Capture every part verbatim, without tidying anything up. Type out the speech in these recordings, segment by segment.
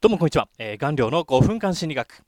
どうもこんにちは、えー、顔料のごふんかん心理学。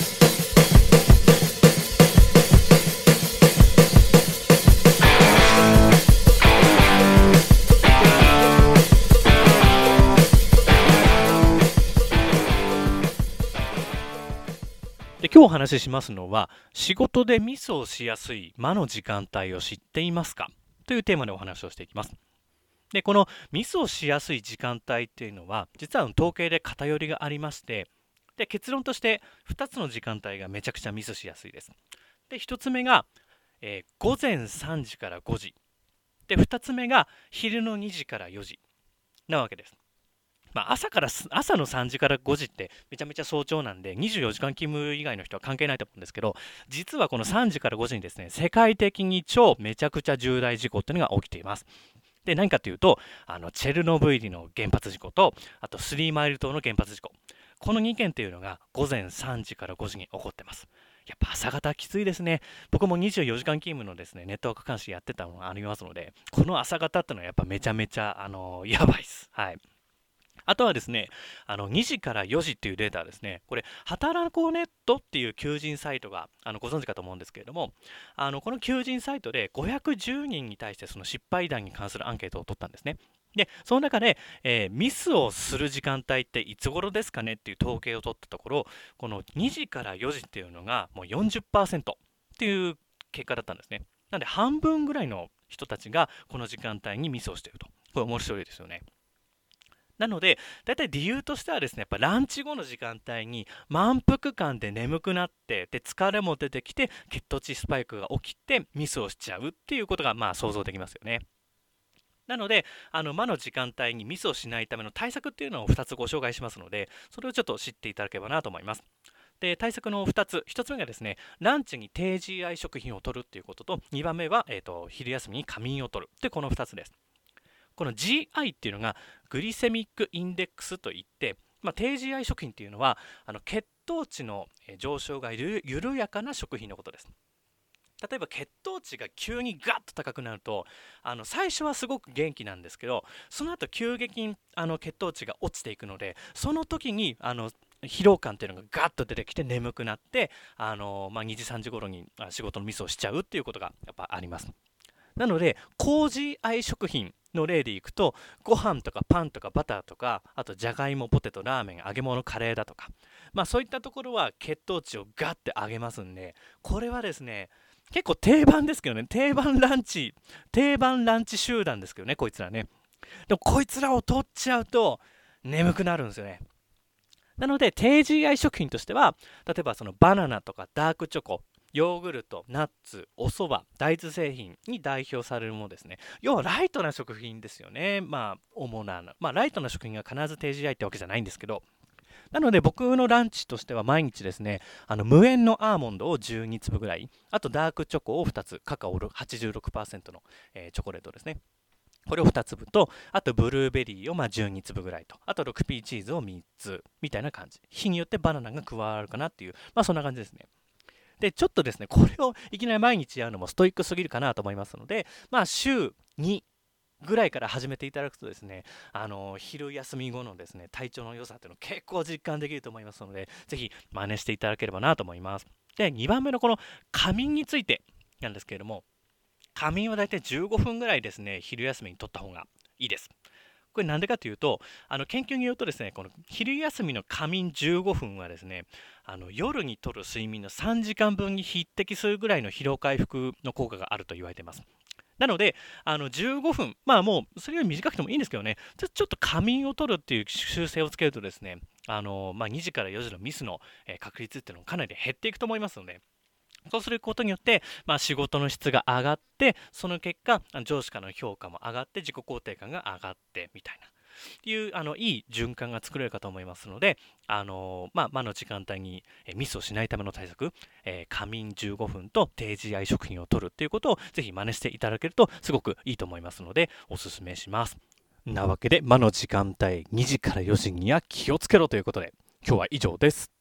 で今日お話ししますのは、仕事でミスをしやすい魔の時間帯を知っていますかというテーマでお話をしていきます。でこのミスをしやすい時間帯っていうのは、実は統計で偏りがありまして、で結論としてふたつの時間帯がめちゃくちゃミスしやすいです。でひとつめが、えー、午前さんじからごじで、ふたつめが昼のにじからよじなわけです。まあ、朝から朝のさんじからごじってめちゃめちゃ早朝なんで、にじゅうよじかん勤務以外の人は関係ないと思うんですけど、実はこのさんじからごじにですね、世界的に超めちゃくちゃ重大事故っていうのが起きています。で何かというと、あのチェルノブイリの原発事故と、あとスリーマイル島の原発事故、このにけんというのが午前さんじからごじに起こってます。やっぱ朝方きついですね。僕もにじゅうよじかん勤務のですね、ネットワーク監視やってたのがありますので、この朝方ってのはやっぱめちゃめちゃ、あのー、やばいです。はい。あとはですね、あのにじからよじっていうデータはですね、これ、働こうネットっていう求人サイトがあのご存知かと思うんですけれども、あのこの求人サイトでごひゃくじゅうにんに対してその失敗談に関するアンケートを取ったんですね。で、その中で、えーミスをする時間帯っていつ頃ですかねっていう統計を取ったところ、このにじからよじっていうのがもうよんじゅっパーセントっていう結果だったんですね。なので、半分ぐらいの人たちがこの時間帯にミスをしていると。これ面白いですよね。なので、だいたい理由としてはですね、やっぱランチ後の時間帯に満腹感で眠くなって、で疲れも出てきて、血糖値スパイクが起きてミスをしちゃうっていうことがまあ想像できますよね。なので、あの魔の時間帯にミスをしないための対策っていうのをふたつご紹介しますので、それをちょっと知っていただければなと思います。で対策のふたつ、ひとつめがですね、ランチに低 ジーアイ 食品を取るっていうことと、にばんめは、えーと、昼休みに仮眠を取るってこのふたつです。この ジーアイ っていうのがグリセミックインデックスといって、まあ、低 ジーアイ 食品っていうのはあの血糖値の上昇が緩やかな食品のことです。例えば血糖値が急にガッと高くなると、あの最初はすごく元気なんですけど、その後急激にあの血糖値が落ちていくので、その時にあの疲労感っていうのがガッと出てきて眠くなって、あの、まあ、にじさんじ頃に仕事のミスをしちゃうっていうことがやっぱあります。なので、高 ジーアイ 食品の例でいくと、ご飯とかパンとかバターとか、あとじゃがいも、ポテト、ラーメン、揚げ物、カレーだとか、まあそういったところは血糖値をガッて上げますんで、これはですね、結構定番ですけどね、定番ランチ、定番ランチ集団ですけどね、こいつらね。でもこいつらを取っちゃうと眠くなるんですよね。なので、低 ジーアイ 食品としては、例えばそのバナナとかダークチョコ、ヨーグルト、ナッツ、お蕎麦、大豆製品に代表されるものですね。要はライトな食品ですよね。まあ、主な、まあ、ライトな食品が必ず低 ジーアイ ってわけじゃないんですけど、なので僕のランチとしては毎日ですね、あの無塩のアーモンドをじゅうにつぶぐらい、あとダークチョコをふたつ、カカオ はちじゅうろくパーセント の、えーチョコレートですね。これをにつぶと、あとブルーベリーをまあじゅうにつぶぐらいと、あと ろくピー チーズをみっつみたいな感じ。日によってバナナが加わるかなっていう、まあそんな感じですね。で、ちょっとですね、これをいきなり毎日やるのもストイックすぎるかなと思いますので、まあ週にぐらいから始めていただくとですね、あの昼休み後のですね、体調の良さっていうのを結構実感できると思いますので、ぜひ真似していただければなと思います。で、にばんめのこの仮眠についてなんですけれども、仮眠はだいたいじゅうごふんぐらいですね、昼休みにとった方がいいです。これなんでかというと、あの研究によるとですね、この昼休みの仮眠じゅうごふんはですね、あの夜にとる睡眠のさんじかんぶんに匹敵するぐらいの疲労回復の効果があると言われています。なので、あのじゅうごふん、まあもうそれより短くてもいいんですけどね、ちょちょっと仮眠を取るっていう習性をつけるとですね、あのまあ、にじからよじのミスのえー確率っていうのもかなり減っていくと思いますので、そうすることによって、まあ、仕事の質が上がって、その結果、あの上司からの評価も上がって、自己肯定感が上がって、みたいな。いうあのいい循環が作れるかと思いますので、あのまあ、魔の時間帯にえーミスをしないための対策、えー仮眠じゅうごふんと低 ジーアイ 食品を取るっていうことをぜひ真似していただけるとすごくいいと思いますので、おすすめします。なわけで、魔の時間帯にじからよじには気をつけろということで、今日は以上です。